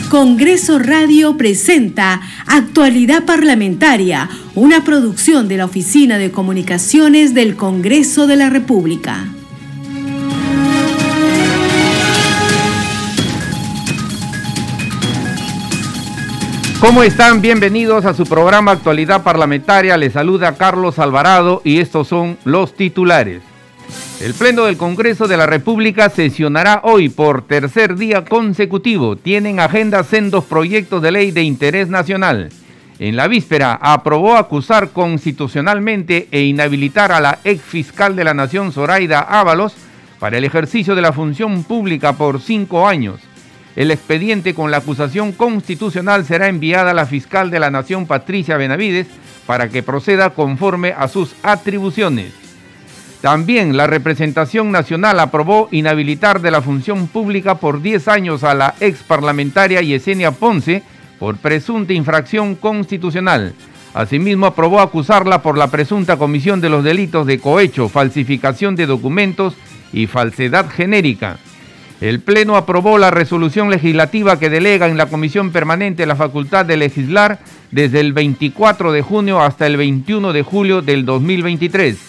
Congreso Radio presenta Actualidad Parlamentaria, una producción de la Oficina de Comunicaciones del Congreso de la República. ¿Cómo están? Bienvenidos a su programa Actualidad Parlamentaria. Les saluda Carlos Alvarado y estos son los titulares. El Pleno del Congreso de la República sesionará hoy por tercer día consecutivo. Tienen agenda sendos proyectos de ley de interés nacional. En la víspera aprobó acusar constitucionalmente e inhabilitar a la ex fiscal de la Nación, Zoraida Ábalos, para el ejercicio de la función pública por 5 años. El expediente con la acusación constitucional será enviada a la fiscal de la Nación, Patricia Benavides, para que proceda conforme a sus atribuciones. También la representación nacional aprobó inhabilitar de la función pública por 10 años a la ex parlamentaria Yesenia Ponce por presunta infracción constitucional. Asimismo, aprobó acusarla por la presunta comisión de los delitos de cohecho, falsificación de documentos y falsedad genérica. El Pleno aprobó la resolución legislativa que delega en la Comisión Permanente la facultad de legislar desde el 24 de junio hasta el 21 de julio del 2023.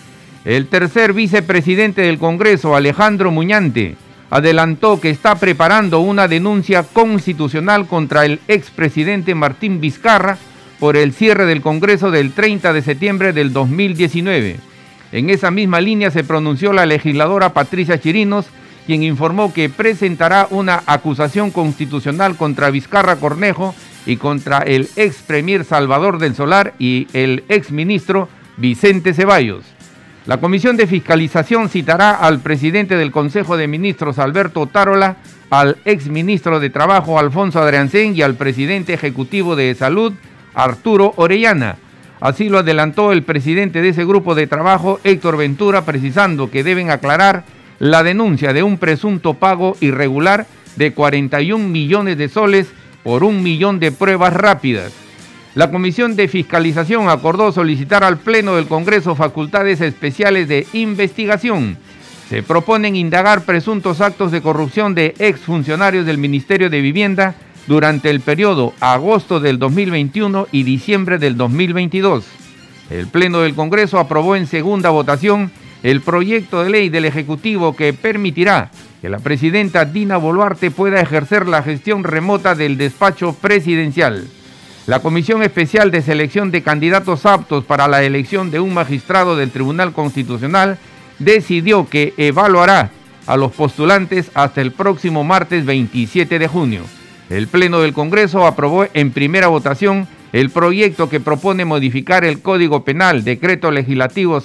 El tercer vicepresidente del Congreso, Alejandro Muñante, adelantó que está preparando una denuncia constitucional contra el expresidente Martín Vizcarra por el cierre del Congreso del 30 de septiembre del 2019. En esa misma línea se pronunció la legisladora Patricia Chirinos, quien informó que presentará una acusación constitucional contra Vizcarra Cornejo y contra el ex premier Salvador del Solar y el ex ministro Vicente Ceballos. La Comisión de Fiscalización citará al presidente del Consejo de Ministros, Alberto Otárola, al ex ministro de Trabajo, Alfonso Adriancén, y al presidente ejecutivo de Salud, Arturo Orellana. Así lo adelantó el presidente de ese grupo de trabajo, Héctor Ventura, precisando que deben aclarar la denuncia de un presunto pago irregular de 41 millones de soles por 1 millón de pruebas rápidas. La Comisión de Fiscalización acordó solicitar al Pleno del Congreso facultades especiales de investigación. Se proponen indagar presuntos actos de corrupción de exfuncionarios del Ministerio de Vivienda durante el periodo agosto del 2021 y diciembre del 2022. El Pleno del Congreso aprobó en segunda votación el proyecto de ley del Ejecutivo que permitirá que la presidenta Dina Boluarte pueda ejercer la gestión remota del despacho presidencial. La Comisión Especial de Selección de Candidatos Aptos para la elección de un magistrado del Tribunal Constitucional decidió que evaluará a los postulantes hasta el próximo martes 27 de junio. El Pleno del Congreso aprobó en primera votación el proyecto que propone modificar el Código Penal, Decreto Legislativo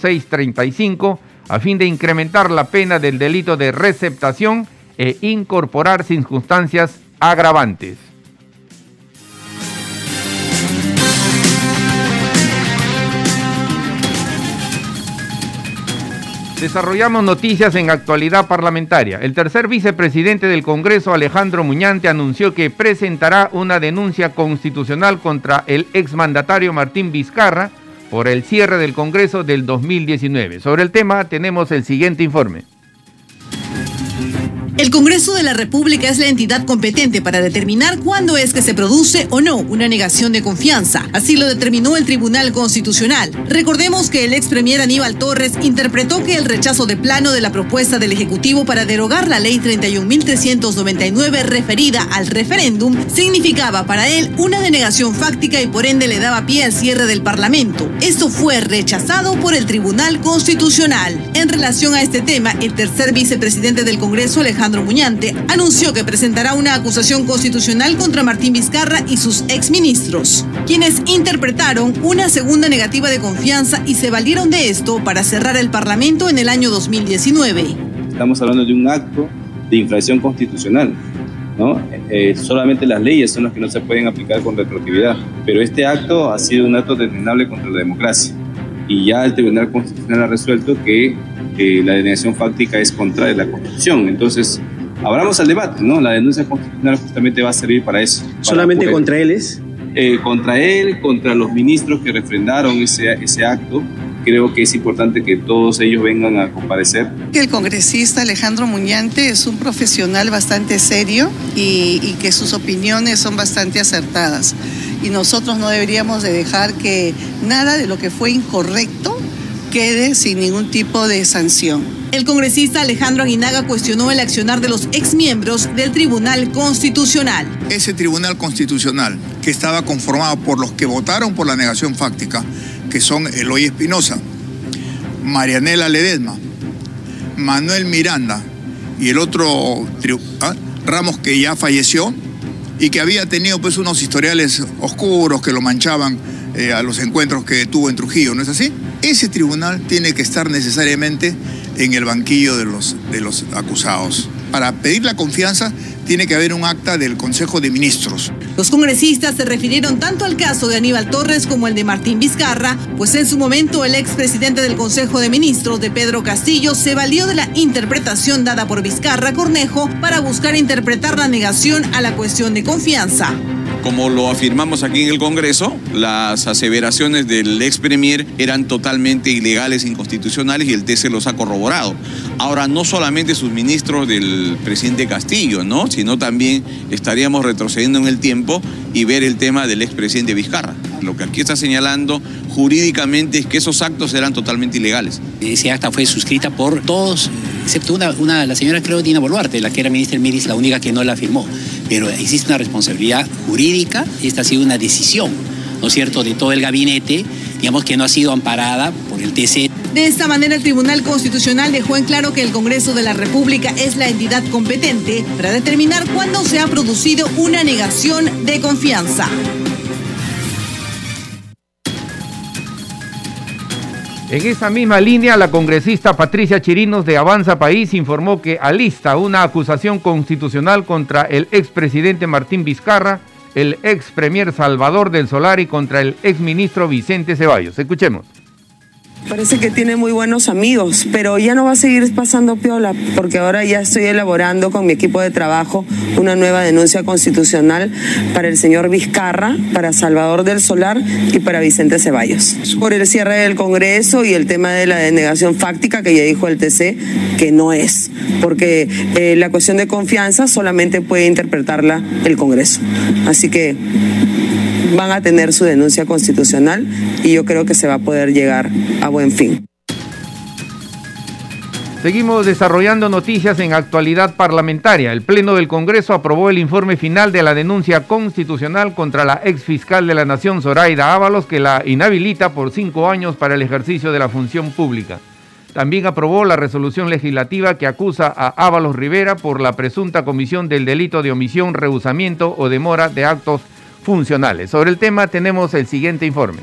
635, a fin de incrementar la pena del delito de receptación e incorporar circunstancias agravantes. Desarrollamos noticias en Actualidad Parlamentaria. El tercer vicepresidente del Congreso, Alejandro Muñante, anunció que presentará una denuncia constitucional contra el exmandatario Martín Vizcarra por el cierre del Congreso del 2019. Sobre el tema tenemos el siguiente informe. El Congreso de la República es la entidad competente para determinar cuándo es que se produce o no una negación de confianza. Así lo determinó el Tribunal Constitucional. Recordemos que el ex premier Aníbal Torres interpretó que el rechazo de plano de la propuesta del Ejecutivo para derogar la ley 31.399 referida al referéndum significaba para él una denegación fáctica y por ende le daba pie al cierre del Parlamento. Esto fue rechazado por el Tribunal Constitucional. En relación a este tema, el tercer vicepresidente del Congreso, Alejandro Muñante, anunció que presentará una acusación constitucional contra Martín Vizcarra y sus exministros, quienes interpretaron una segunda negativa de confianza y se valieron de esto para cerrar el Parlamento en el año 2019. Estamos hablando de un acto de infracción constitucional, ¿no? Solamente las leyes son las que no se pueden aplicar con retroactividad, pero este acto ha sido un acto desdeñable contra la democracia y ya el Tribunal Constitucional ha resuelto que la denegación fáctica es contraria a la Constitución. Entonces, abramos al debate, ¿no? La denuncia constitucional justamente va a servir para eso. ¿Solamente contra él es? Contra él, contra los ministros que refrendaron ese acto creo que es importante que todos ellos vengan a comparecer. El congresista Alejandro Muñante es un profesional bastante serio y que sus opiniones son bastante acertadas. Y nosotros no deberíamos de dejar que nada de lo que fue incorrecto quede sin ningún tipo de sanción. El congresista Alejandro Aguinaga cuestionó el accionar de los exmiembros del Tribunal Constitucional. Ese Tribunal Constitucional, que estaba conformado por los que votaron por la negación fáctica, que son Eloy Espinosa, Marianela Ledesma, Manuel Miranda y el otro Ramos, que ya falleció y que había tenido pues unos historiales oscuros que lo manchaban a los encuentros que tuvo en Trujillo, ¿no es así? Ese tribunal tiene que estar necesariamente en el banquillo de los acusados. Para pedir la confianza tiene que haber un acta del Consejo de Ministros. Los congresistas se refirieron tanto al caso de Aníbal Torres como el de Martín Vizcarra, pues en su momento el expresidente del Consejo de Ministros, de Pedro Castillo, se valió de la interpretación dada por Vizcarra Cornejo para buscar interpretar la negación a la cuestión de confianza. Como lo afirmamos aquí en el Congreso, las aseveraciones del ex premier eran totalmente ilegales e inconstitucionales y el TC los ha corroborado. Ahora, no solamente sus ministros del presidente Castillo, ¿no?, sino también estaríamos retrocediendo en el tiempo y ver el tema del expresidente Vizcarra. Lo que aquí está señalando jurídicamente es que esos actos eran totalmente ilegales. Ese acta fue suscrita por todos, excepto la señora, creo, Dina Boluarte, la que era ministra del MIRIS, la única que no la firmó. Pero existe una responsabilidad jurídica y esta ha sido una decisión, ¿no es cierto?, de todo el gabinete, digamos, que no ha sido amparada por el TC. De esta manera, el Tribunal Constitucional dejó en claro que el Congreso de la República es la entidad competente para determinar cuándo se ha producido una negación de confianza. En esa misma línea, la congresista Patricia Chirinos de Avanza País informó que alista una acusación constitucional contra el expresidente Martín Vizcarra, el ex premier Salvador del Solar y contra el exministro Vicente Ceballos. Escuchemos. Parece que tiene muy buenos amigos, pero ya no va a seguir pasando piola, porque ahora ya estoy elaborando con mi equipo de trabajo una nueva denuncia constitucional para el señor Vizcarra, para Salvador del Solar y para Vicente Ceballos. Por el cierre del Congreso y el tema de la denegación fáctica, que ya dijo el TC que no es, porque la cuestión de confianza solamente puede interpretarla el Congreso. Así que van a tener su denuncia constitucional y yo creo que se va a poder llegar a buen fin. Seguimos desarrollando noticias en actualidad parlamentaria. El Pleno del Congreso aprobó el informe final de la denuncia constitucional contra la exfiscal de la Nación, Zoraida Ábalos, que la inhabilita por 5 años para el ejercicio de la función pública. También aprobó la resolución legislativa que acusa a Ábalos Rivera por la presunta comisión del delito de omisión, rehusamiento o demora de actos funcionales. Sobre el tema tenemos el siguiente informe.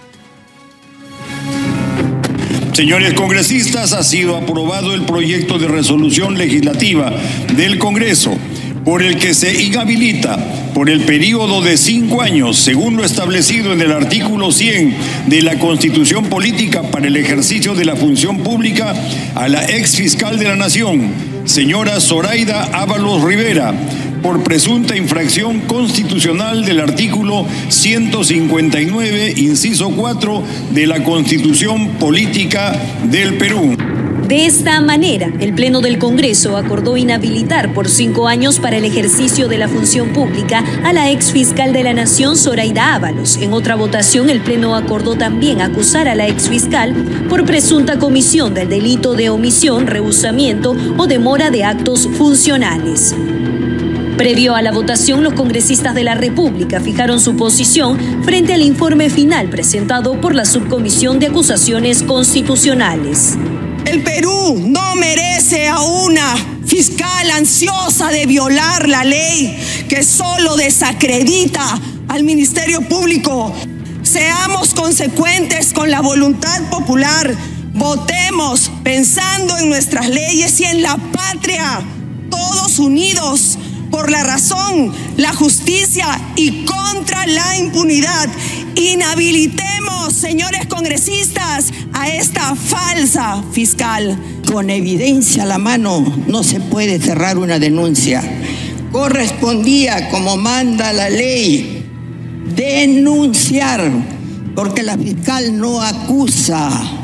Señores congresistas, ha sido aprobado el proyecto de resolución legislativa del Congreso por el que se inhabilita por el periodo de 5 años, según lo establecido en el artículo 100 de la Constitución Política para el ejercicio de la función pública, a la ex fiscal de la Nación, señora Zoraida Ábalos Rivera, por presunta infracción constitucional del artículo 159, inciso 4 de la Constitución Política del Perú. De esta manera, el Pleno del Congreso acordó inhabilitar por 5 años para el ejercicio de la función pública a la ex fiscal de la Nación, Zoraida Ábalos. En otra votación, el Pleno acordó también acusar a la ex fiscal por presunta comisión del delito de omisión, rehusamiento o demora de actos funcionales. Previo a la votación, los congresistas de la República fijaron su posición frente al informe final presentado por la Subcomisión de Acusaciones Constitucionales. El Perú no merece a una fiscal ansiosa de violar la ley que solo desacredita al Ministerio Público. Seamos consecuentes con la voluntad popular. Votemos pensando en nuestras leyes y en la patria, todos unidos por la razón, la justicia y contra la impunidad. Inhabilitemos, señores congresistas, a esta falsa fiscal. Con evidencia a la mano no se puede cerrar una denuncia. Correspondía, como manda la ley, denunciar, porque la fiscal no acusa,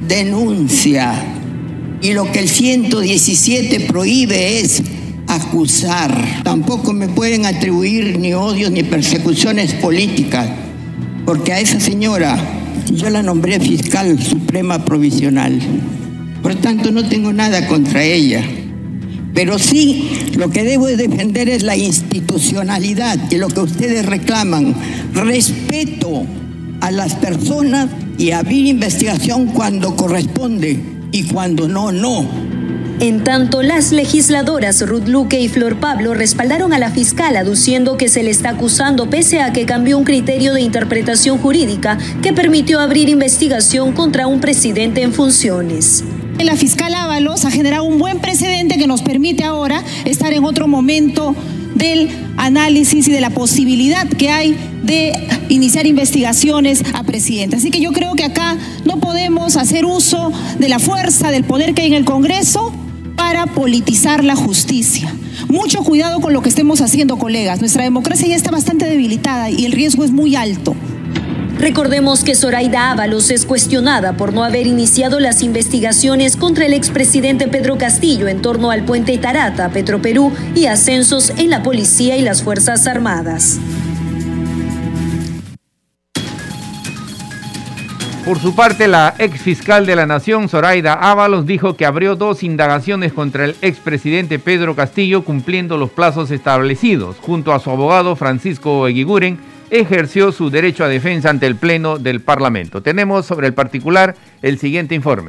denuncia. Y lo que el 117 prohíbe es acusar. Tampoco me pueden atribuir ni odios ni persecuciones políticas, porque a esa señora yo la nombré fiscal suprema provisional. Por tanto, no tengo nada contra ella. Pero sí, lo que debo de defender es la institucionalidad y lo que ustedes reclaman. Respeto a las personas y abrir investigación cuando corresponde y cuando no, no. En tanto, las legisladoras Ruth Luque y Flor Pablo respaldaron a la fiscal aduciendo que se le está acusando pese a que cambió un criterio de interpretación jurídica que permitió abrir investigación contra un presidente en funciones. La fiscal Ábalos ha generado un buen precedente que nos permite ahora estar en otro momento del análisis y de la posibilidad que hay de iniciar investigaciones a presidente. Así que yo creo que acá no podemos hacer uso de la fuerza, del poder que hay en el Congreso para politizar la justicia. Mucho cuidado con lo que estemos haciendo, colegas. Nuestra democracia ya está bastante debilitada y el riesgo es muy alto. Recordemos que Zoraida Ábalos es cuestionada por no haber iniciado las investigaciones contra el expresidente Pedro Castillo en torno al puente Tarata, Petroperú y ascensos en la policía y las Fuerzas Armadas. Por su parte, la exfiscal de la Nación, Zoraida Ábalos, dijo que abrió 2 indagaciones contra el expresidente Pedro Castillo cumpliendo los plazos establecidos. Junto a su abogado Francisco Eguiguren, ejerció su derecho a defensa ante el Pleno del Parlamento. Tenemos sobre el particular el siguiente informe.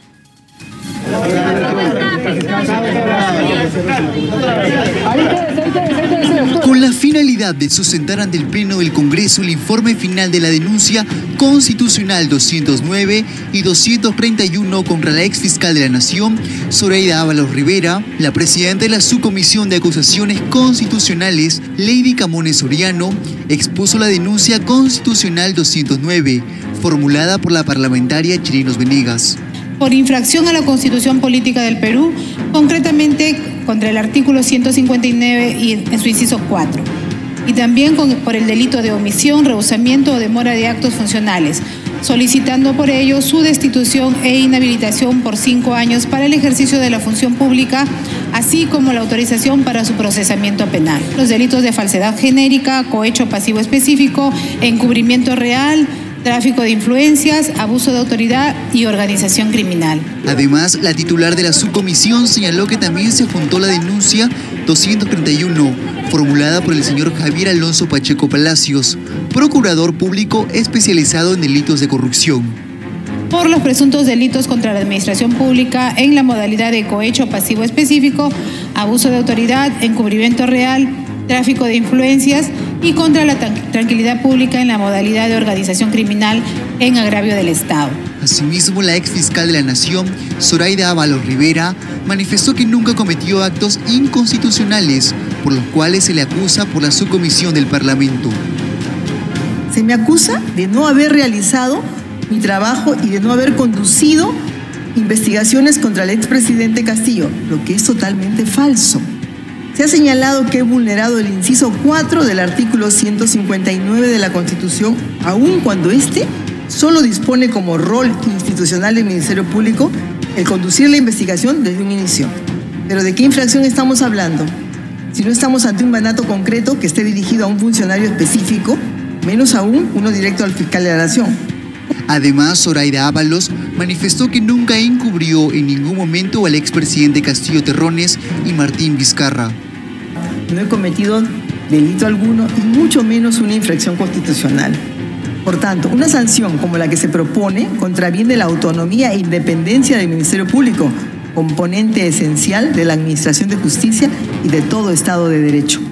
Con la finalidad de sustentar ante el Pleno del Congreso el informe final de la denuncia constitucional 209 y 231 contra la exfiscal de la Nación, Zoraida Ábalos Rivera, la presidenta de la Subcomisión de Acusaciones Constitucionales, Lady Camones Soriano, expuso la denuncia constitucional 209, formulada por la parlamentaria Chirinos Venegas. Por infracción a la Constitución Política del Perú, concretamente contra el artículo 159 y en su inciso 4, y también por el delito de omisión, rehusamiento o demora de actos funcionales, solicitando por ello su destitución e inhabilitación por 5 años para el ejercicio de la función pública, así como la autorización para su procesamiento penal. Los delitos de falsedad genérica, cohecho pasivo específico, encubrimiento real, tráfico de influencias, abuso de autoridad y organización criminal. Además, la titular de la subcomisión señaló que también se juntó la denuncia 231, formulada por el señor Javier Alonso Pacheco Palacios, procurador público especializado en delitos de corrupción. Por los presuntos delitos contra la administración pública en la modalidad de cohecho pasivo específico, abuso de autoridad, encubrimiento real, tráfico de influencias y contra la tranquilidad pública en la modalidad de organización criminal en agravio del Estado. Asimismo, la exfiscal de la Nación, Zoraida Ábalos Rivera, manifestó que nunca cometió actos inconstitucionales, por los cuales se le acusa por la subcomisión del Parlamento. Se me acusa de no haber realizado mi trabajo y de no haber conducido investigaciones contra el expresidente Castillo, lo que es totalmente falso. Se ha señalado que he vulnerado el inciso 4 del artículo 159 de la Constitución, aun cuando este solo dispone como rol institucional del Ministerio Público el conducir la investigación desde un inicio. Pero ¿de qué infracción estamos hablando? Si no estamos ante un mandato concreto que esté dirigido a un funcionario específico, menos aún uno directo al fiscal de la Nación. Además, Zoraida Ábalos manifestó que nunca encubrió en ningún momento al expresidente Castillo Terrones y Martín Vizcarra. No he cometido delito alguno y mucho menos una infracción constitucional. Por tanto, una sanción como la que se propone contraviene la autonomía e independencia del Ministerio Público, componente esencial de la administración de justicia y de todo Estado de Derecho.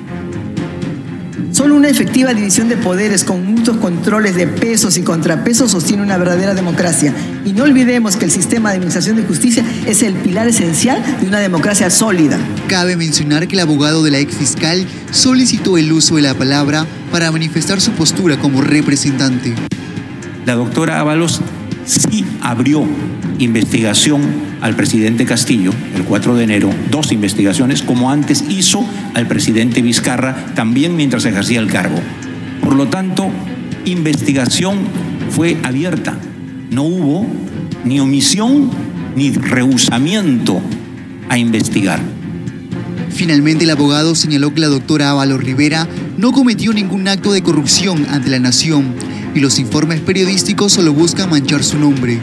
Solo una efectiva división de poderes con mutuos controles de pesos y contrapesos sostiene una verdadera democracia. Y no olvidemos que el sistema de administración de justicia es el pilar esencial de una democracia sólida. Cabe mencionar que el abogado de la exfiscal solicitó el uso de la palabra para manifestar su postura como representante. La doctora Ábalos sí abrió investigación al presidente Castillo el 4 de enero, 2 investigaciones, como antes hizo al presidente Vizcarra, también mientras ejercía el cargo. Por lo tanto, investigación fue abierta. No hubo ni omisión ni rehusamiento a investigar. Finalmente, el abogado señaló que la doctora Ábalos Rivera no cometió ningún acto de corrupción ante la nación y los informes periodísticos solo buscan manchar su nombre.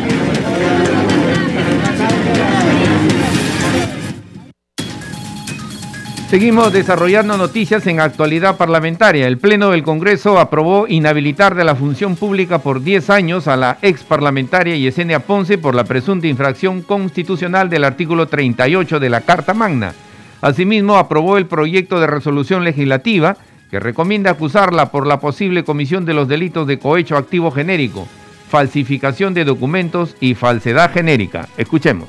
Seguimos desarrollando noticias en actualidad parlamentaria. El Pleno del Congreso aprobó inhabilitar de la función pública por 10 años a la ex parlamentaria Yesenia Ponce por la presunta infracción constitucional del artículo 38 de la Carta Magna. Asimismo, aprobó el proyecto de resolución legislativa que recomienda acusarla por la posible comisión de los delitos de cohecho activo genérico, falsificación de documentos y falsedad genérica. Escuchemos.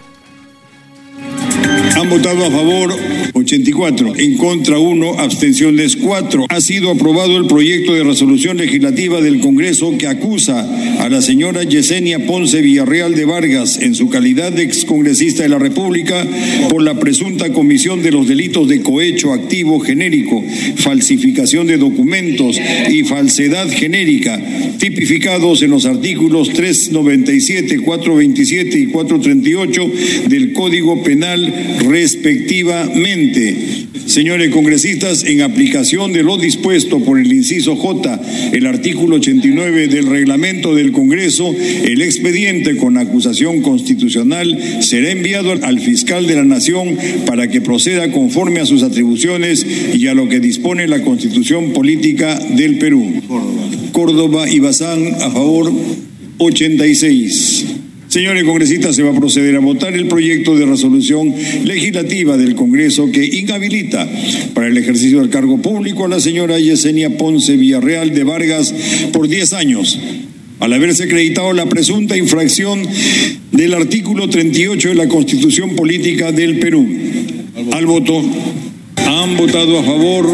Han votado a favor 84, en contra 1, abstenciones 4. Ha sido aprobado el proyecto de resolución legislativa del Congreso que acusa a la señora Yesenia Ponce Villarreal de Vargas, en su calidad de excongresista de la República, por la presunta comisión de los delitos de cohecho activo genérico, falsificación de documentos y falsedad genérica, tipificados en los artículos 397, 427 y 438 del Código Penal respectivamente. Señores congresistas, en aplicación de lo dispuesto por el inciso J, el artículo 89 del reglamento del Congreso, el expediente con acusación constitucional será enviado al fiscal de la Nación para que proceda conforme a sus atribuciones y a lo que dispone la Constitución Política del Perú. Córdoba y Bazán, a favor, 86. Señores congresistas, se va a proceder a votar el proyecto de resolución legislativa del Congreso que inhabilita para el ejercicio del cargo público a la señora Yesenia Ponce Villarreal de Vargas por 10 años, al haberse acreditado la presunta infracción del artículo 38 de la Constitución Política del Perú. Al voto, han votado a favor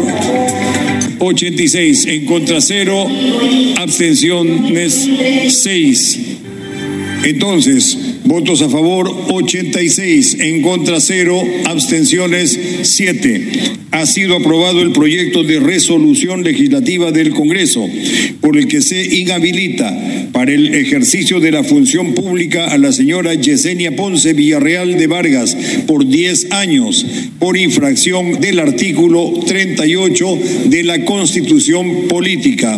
86, en contra 0, abstenciones 6. Entonces, votos a favor 86, en contra 0, abstenciones 7. Ha sido aprobado el proyecto de resolución legislativa del Congreso, por el que se inhabilita para el ejercicio de la función pública a la señora Yesenia Ponce Villarreal de Vargas por 10 años, por infracción del artículo 38 de la Constitución Política.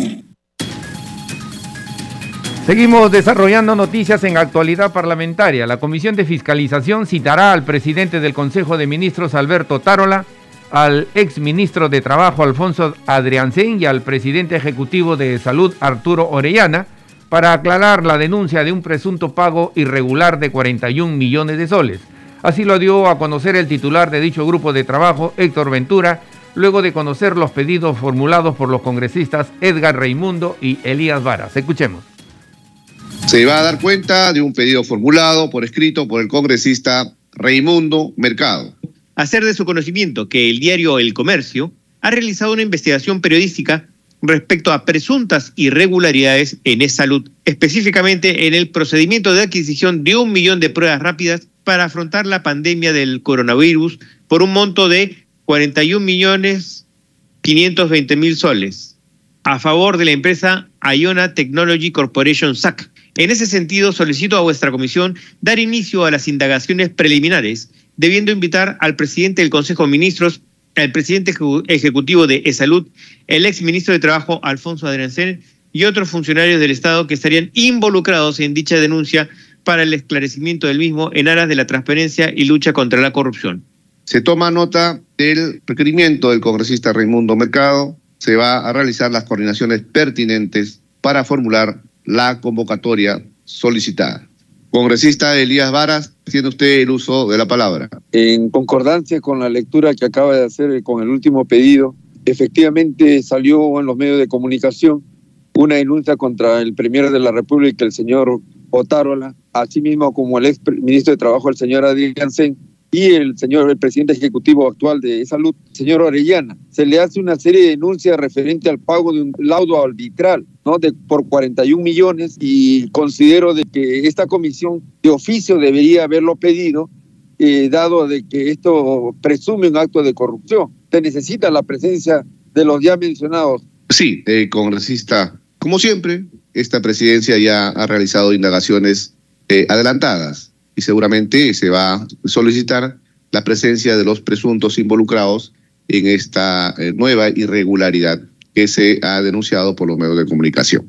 Seguimos desarrollando noticias en actualidad parlamentaria. La Comisión de Fiscalización citará al presidente del Consejo de Ministros, Alberto Otárola, al exministro de Trabajo, Alfonso Adriancén, y al presidente ejecutivo de Salud, Arturo Orellana, para aclarar la denuncia de un presunto pago irregular de 41 millones de soles. Así lo dio a conocer el titular de dicho grupo de trabajo, Héctor Ventura, luego de conocer los pedidos formulados por los congresistas Edgar Reimundo y Elías Varas. Escuchemos. Se va a dar cuenta de un pedido formulado por escrito por el congresista Reimundo Mercado. Hacer de su conocimiento que el diario El Comercio ha realizado una investigación periodística respecto a presuntas irregularidades en E-Salud, específicamente en el procedimiento de adquisición de 1 millón de pruebas rápidas para afrontar la pandemia del coronavirus por un monto de 41.520.000 soles, a favor de la empresa Iona Technology Corporation SAC. En ese sentido, solicito a vuestra comisión dar inicio a las indagaciones preliminares, debiendo invitar al presidente del Consejo de Ministros, al presidente ejecutivo de E-Salud, el exministro de Trabajo, Alfonso Adriancén, y otros funcionarios del Estado que estarían involucrados en dicha denuncia para el esclarecimiento del mismo en aras de la transparencia y lucha contra la corrupción. Se toma nota del requerimiento del congresista Reimundo Mercado. Se va a realizar las coordinaciones pertinentes para formular la convocatoria solicitada. Congresista Elías Varas, tiene usted el uso de la palabra. En concordancia con la lectura que acaba de hacer con el último pedido, efectivamente salió en los medios de comunicación una denuncia contra el Premier de la República, el señor Otárola, así mismo como el ex ministro de Trabajo, el señor Adriancén, y el presidente ejecutivo actual de Salud, señor Orellana. Se le hace una serie de denuncias referente al pago de un laudo arbitral, ¿no?, por 41 millones, y considero de que esta comisión de oficio debería haberlo pedido, dado de que esto presume un acto de corrupción. Se necesita la presencia de los ya mencionados. Sí, congresista, como siempre, esta presidencia ya ha realizado indagaciones adelantadas y seguramente se va a solicitar la presencia de los presuntos involucrados en esta nueva irregularidad que se ha denunciado por los medios de comunicación.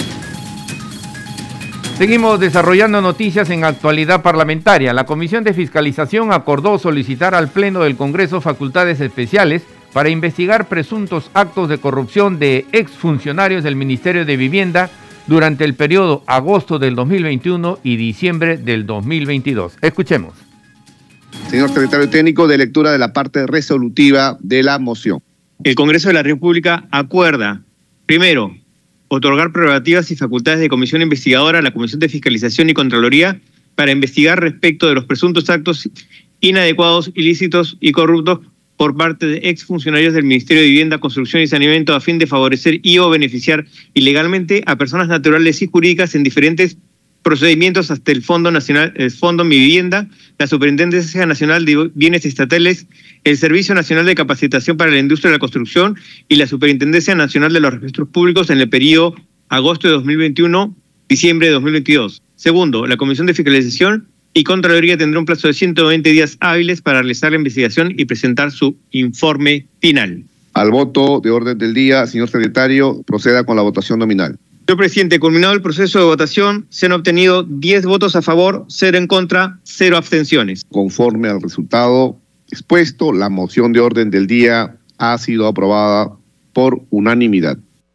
Seguimos desarrollando noticias en actualidad parlamentaria. La Comisión de Fiscalización acordó solicitar al Pleno del Congreso facultades especiales para investigar presuntos actos de corrupción de exfuncionarios del Ministerio de Vivienda durante el periodo agosto del 2021 y diciembre del 2022. Escuchemos. Señor secretario técnico, de lectura de la parte resolutiva de la moción. El Congreso de la República acuerda, primero, otorgar prerrogativas y facultades de comisión investigadora a la Comisión de Fiscalización y Contraloría para investigar respecto de los presuntos actos inadecuados, ilícitos y corruptos por parte de exfuncionarios del Ministerio de Vivienda, Construcción y Saneamiento a fin de favorecer y o beneficiar ilegalmente a personas naturales y jurídicas en diferentes procedimientos hasta el Fondo Nacional, el Fondo Mi Vivienda, la Superintendencia Nacional de Bienes Estatales, el Servicio Nacional de Capacitación para la Industria de la Construcción y la Superintendencia Nacional de los Registros Públicos en el periodo agosto de 2021, diciembre de 2022. Segundo, la Comisión de Fiscalización y Contraloría tendrá un plazo de 120 días hábiles para realizar la investigación y presentar su informe final. Al voto de orden del día, señor secretario, proceda con la votación nominal. Señor presidente, culminado el proceso de votación, se han obtenido 10 votos a favor, 0 en contra, 0 abstenciones. Conforme al resultado expuesto, la moción de orden del día ha sido aprobada por unanimidad.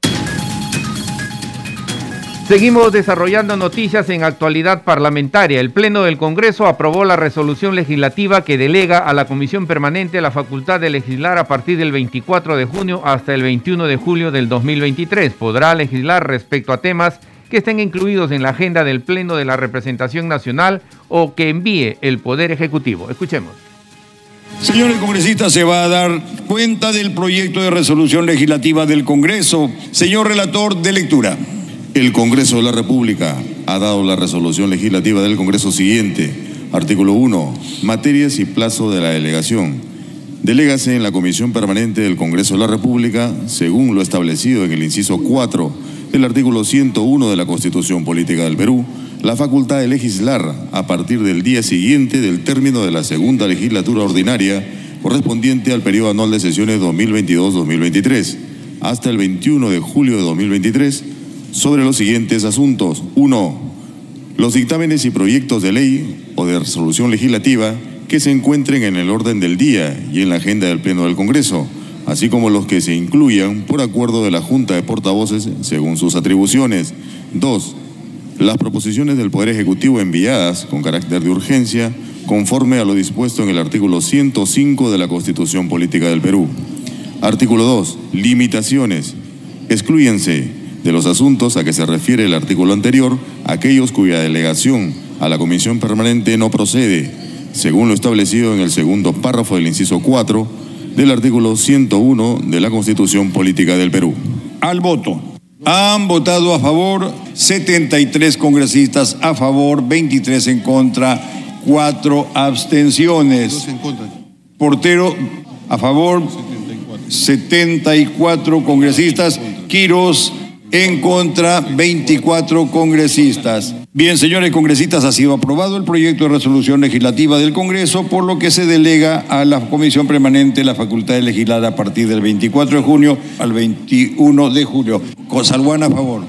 Seguimos desarrollando noticias en actualidad parlamentaria. El Pleno del Congreso aprobó la resolución legislativa que delega a la Comisión Permanente la facultad de legislar a partir del 24 de junio hasta el 21 de julio del 2023. Podrá legislar respecto a temas que estén incluidos en la agenda del Pleno de la Representación Nacional o que envíe el Poder Ejecutivo. Escuchemos. Señores congresistas, se va a dar cuenta del proyecto de resolución legislativa del Congreso. Señor relator, de lectura. El Congreso de la República ha dado la resolución legislativa del Congreso siguiente. Artículo 1. Materias y plazo de la delegación. Delégase en la Comisión Permanente del Congreso de la República, según lo establecido en el inciso 4 del artículo 101 de la Constitución Política del Perú, la facultad de legislar a partir del día siguiente del término de la segunda legislatura ordinaria correspondiente al periodo anual de sesiones 2022-2023 hasta el 21 de julio de 2023 sobre los siguientes asuntos. 1. Los dictámenes y proyectos de ley o de resolución legislativa que se encuentren en el orden del día y en la agenda del Pleno del Congreso, así como los que se incluyan por acuerdo de la Junta de Portavoces según sus atribuciones. 2. Las proposiciones del Poder Ejecutivo enviadas con carácter de urgencia conforme a lo dispuesto en el artículo 105 de la Constitución Política del Perú. Artículo 2. Limitaciones. Exclúyense de los asuntos a que se refiere el artículo anterior aquellos cuya delegación a la Comisión Permanente no procede, según lo establecido en el segundo párrafo del inciso 4 del artículo 101 de la Constitución Política del Perú. Al voto. Han votado a favor 73 congresistas a favor, 23 en contra, 4 abstenciones. Portero a favor, 74 congresistas. Quirós en contra, 24 congresistas. Bien, señores congresistas, ha sido aprobado el proyecto de resolución legislativa del Congreso, por lo que se delega a la Comisión Permanente la facultad de legislar a partir del 24 de junio al 21 de julio. Cosalguán, a favor.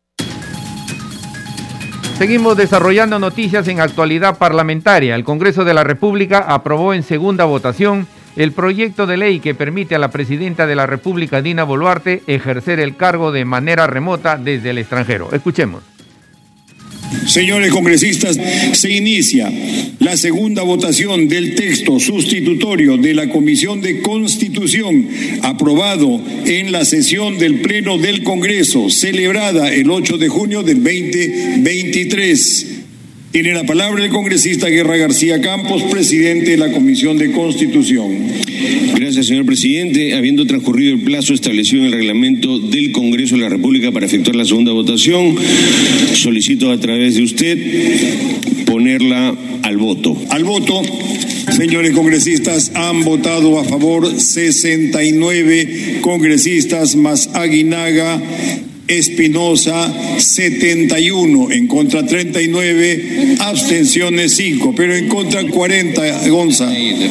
Seguimos desarrollando noticias en actualidad parlamentaria. El Congreso de la República aprobó en segunda votación el proyecto de ley que permite a la presidenta de la República, Dina Boluarte, ejercer el cargo de manera remota desde el extranjero. Escuchemos. Señores congresistas, se inicia la segunda votación del texto sustitutorio de la Comisión de Constitución, aprobado en la sesión del Pleno del Congreso, celebrada el 8 de junio del 2023. Tiene la palabra el congresista Guerra García Campos, presidente de la Comisión de Constitución. Gracias, señor presidente. Habiendo transcurrido el plazo establecido en el reglamento del Congreso de la República para efectuar la segunda votación, solicito a través de usted ponerla al voto. Al voto. Señores congresistas, han votado a favor 69 congresistas más Aguinaga Espinosa 71, en contra 39, abstenciones 5, pero en contra 40, Gonza.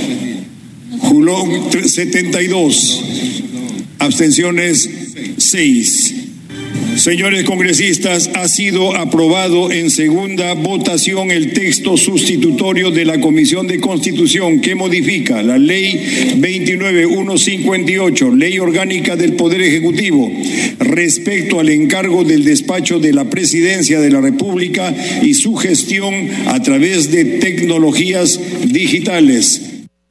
Julón 72, abstenciones 6. Señores congresistas, ha sido aprobado en segunda votación el texto sustitutorio de la Comisión de Constitución que modifica la Ley 29.158, Ley Orgánica del Poder Ejecutivo, respecto al encargo del despacho de la Presidencia de la República y su gestión a través de tecnologías digitales.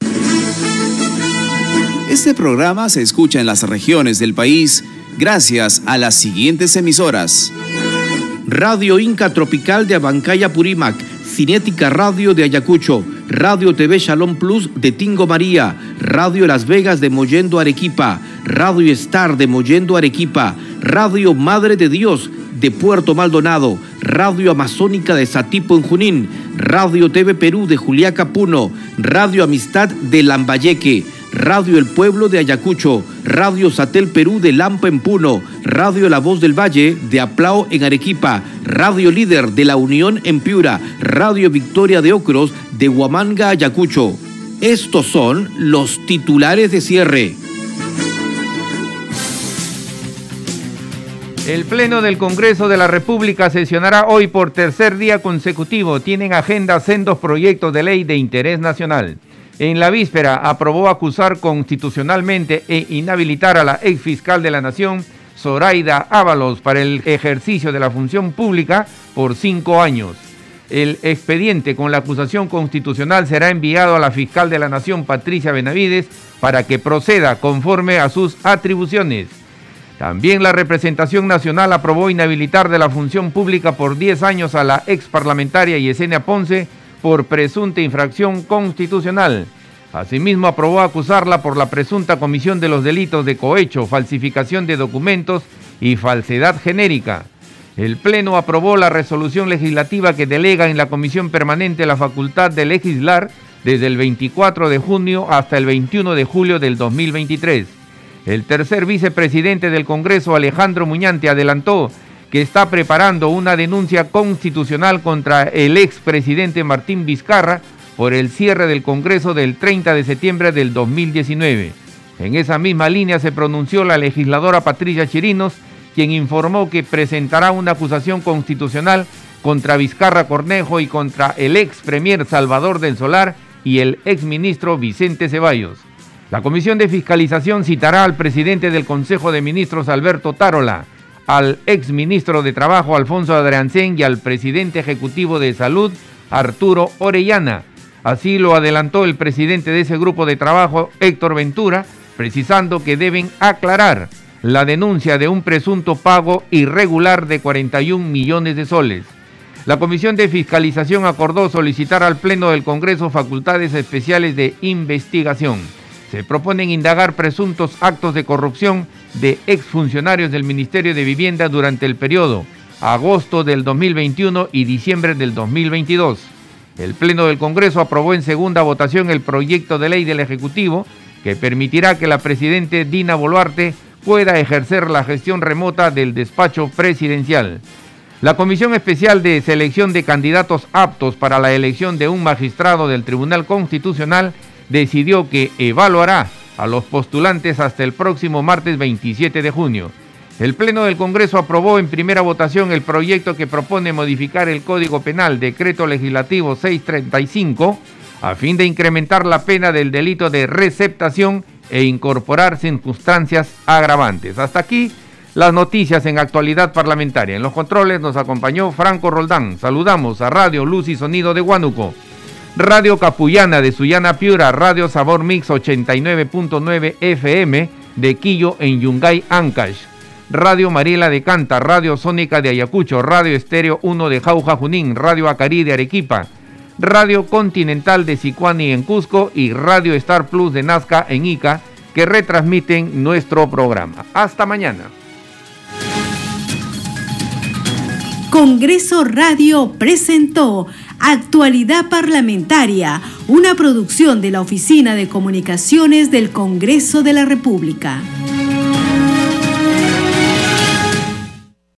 Este programa se escucha en las regiones del país gracias a las siguientes emisoras: Radio Inca Tropical de Abancaya Purímac, Cinética Radio de Ayacucho, Radio TV Shalom Plus de Tingo María, Radio Las Vegas de Mollendo Arequipa, Radio Star de Mollendo Arequipa, Radio Madre de Dios de Puerto Maldonado, Radio Amazónica de Satipo en Junín, Radio TV Perú de Juliaca Puno, Radio Amistad de Lambayeque, Radio El Pueblo de Ayacucho, Radio Satel Perú de Lampa en Puno, Radio La Voz del Valle de Aplao en Arequipa, Radio Líder de La Unión en Piura, Radio Victoria de Ocros de Huamanga, Ayacucho. Estos son los titulares de cierre. El Pleno del Congreso de la República sesionará hoy por tercer día consecutivo. Tienen agenda sendos proyectos de ley de interés nacional. En la víspera aprobó acusar constitucionalmente e inhabilitar a la exfiscal de la Nación, Zoraida Ábalos, para el ejercicio de la función pública por 5 años. El expediente con la acusación constitucional será enviado a la fiscal de la Nación, Patricia Benavides, para que proceda conforme a sus atribuciones. También la representación nacional aprobó inhabilitar de la función pública por 10 años a la exparlamentaria Yesenia Ponce por presunta infracción constitucional. Asimismo, aprobó acusarla por la presunta comisión de los delitos de cohecho, falsificación de documentos y falsedad genérica. El Pleno aprobó la resolución legislativa que delega en la Comisión Permanente la facultad de legislar desde el 24 de junio hasta el 21 de julio del 2023. El tercer vicepresidente del Congreso, Alejandro Muñante, adelantó que está preparando una denuncia constitucional contra el expresidente Martín Vizcarra por el cierre del Congreso del 30 de septiembre del 2019. En esa misma línea se pronunció la legisladora Patricia Chirinos, quien informó que presentará una acusación constitucional contra Vizcarra Cornejo y contra el ex premier Salvador del Solar y el exministro Vicente Ceballos. La Comisión de Fiscalización citará al presidente del Consejo de Ministros, Alberto Tarola, al exministro de Trabajo, Alfonso Adriancén, y al presidente ejecutivo de Salud, Arturo Orellana. Así lo adelantó el presidente de ese grupo de trabajo, Héctor Ventura, precisando que deben aclarar la denuncia de un presunto pago irregular de 41 millones de soles. La Comisión de Fiscalización acordó solicitar al Pleno del Congreso facultades especiales de investigación. Se proponen indagar presuntos actos de corrupción de exfuncionarios del Ministerio de Vivienda durante el periodo agosto del 2021 y diciembre del 2022. El Pleno del Congreso aprobó en segunda votación el proyecto de ley del Ejecutivo que permitirá que la presidenta Dina Boluarte pueda ejercer la gestión remota del despacho presidencial. La Comisión Especial de Selección de Candidatos Aptos para la elección de un magistrado del Tribunal Constitucional decidió que evaluará a los postulantes hasta el próximo martes 27 de junio. El Pleno del Congreso aprobó en primera votación el proyecto que propone modificar el Código Penal, Decreto Legislativo 635, a fin de incrementar la pena del delito de receptación e incorporar circunstancias agravantes. Hasta aquí las noticias en Actualidad Parlamentaria. En los controles nos acompañó Franco Roldán. Saludamos a Radio Luz y Sonido de Huánuco, Radio Capullana de Sullana Piura, Radio Sabor Mix 89.9 FM de Quillo en Yungay, Ancash, Radio Mariela de Canta, Radio Sónica de Ayacucho, Radio Estéreo 1 de Jauja, Junín, Radio Acarí de Arequipa, Radio Continental de Sicuani en Cusco y Radio Star Plus de Nazca en Ica, que retransmiten nuestro programa. Hasta mañana. Congreso Radio presentó Actualidad Parlamentaria, una producción de la Oficina de Comunicaciones del Congreso de la República.